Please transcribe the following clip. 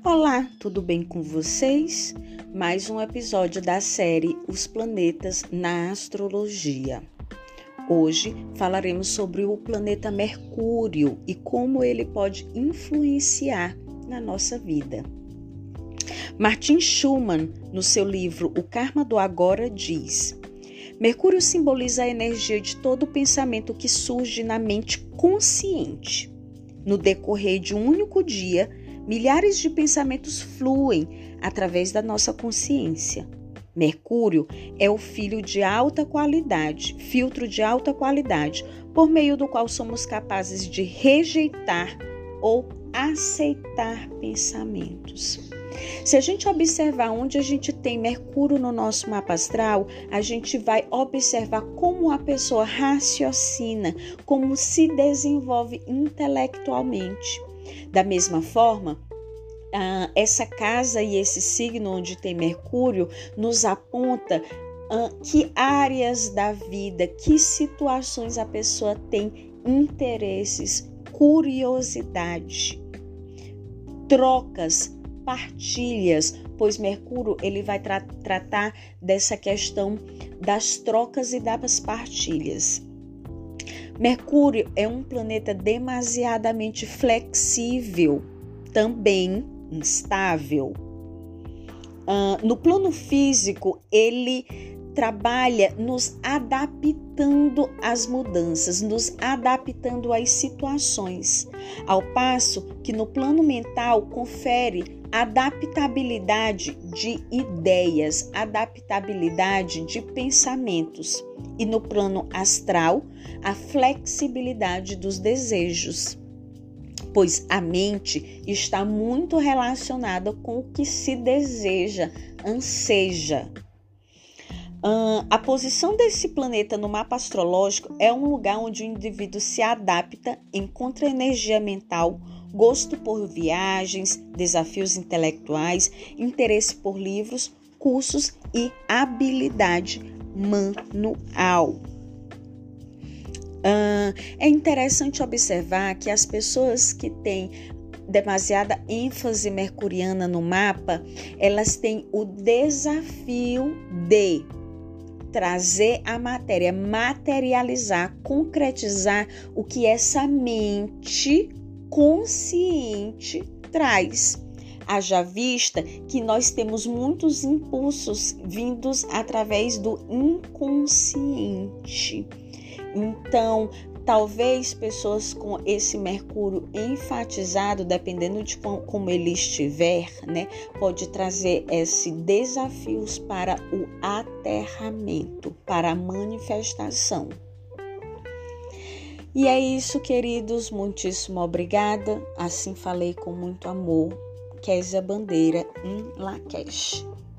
Olá, tudo bem com vocês? Mais um episódio da série Os Planetas na Astrologia. Hoje falaremos sobre o planeta Mercúrio e como ele pode influenciar na nossa vida. Martin Schulman, no seu livro O Karma do Agora, diz: Mercúrio simboliza a energia de todo pensamento que surge na mente consciente. No decorrer de um único dia, milhares de pensamentos fluem através da nossa consciência. Mercúrio é o filtro de alta qualidade, por meio do qual somos capazes de rejeitar ou aceitar pensamentos. Se a gente observar onde a gente tem Mercúrio no nosso mapa astral, a gente vai observar como a pessoa raciocina, como se desenvolve intelectualmente. Da mesma forma, essa casa e esse signo onde tem Mercúrio nos aponta que áreas da vida, que situações a pessoa tem interesses, curiosidade, trocas, partilhas, pois Mercúrio ele vai tratar dessa questão das trocas e das partilhas. Mercúrio é um planeta demasiadamente flexível, também instável. No plano físico, ele trabalha nos adaptando às mudanças, nos adaptando às situações, ao passo que no plano mental confere adaptabilidade de ideias, adaptabilidade de pensamentos, e no plano astral, a flexibilidade dos desejos, pois a mente está muito relacionada com o que se deseja, anseja. A posição desse planeta no mapa astrológico é um lugar onde o indivíduo se adapta, encontra energia mental, gosto por viagens, desafios intelectuais, interesse por livros, cursos e habilidade manual. É interessante observar que as pessoas que têm demasiada ênfase mercuriana no mapa, elas têm o desafio de trazer a matéria, materializar, concretizar o que essa mente consciente traz. Haja vista que nós temos muitos impulsos vindos através do inconsciente. Então, talvez pessoas com esse Mercúrio enfatizado, dependendo de como ele estiver, pode trazer esses desafios para o aterramento, para a manifestação. E é isso, queridos. Muitíssimo obrigada. Assim falei com muito amor. Kézia Bandeira, em Lakesh.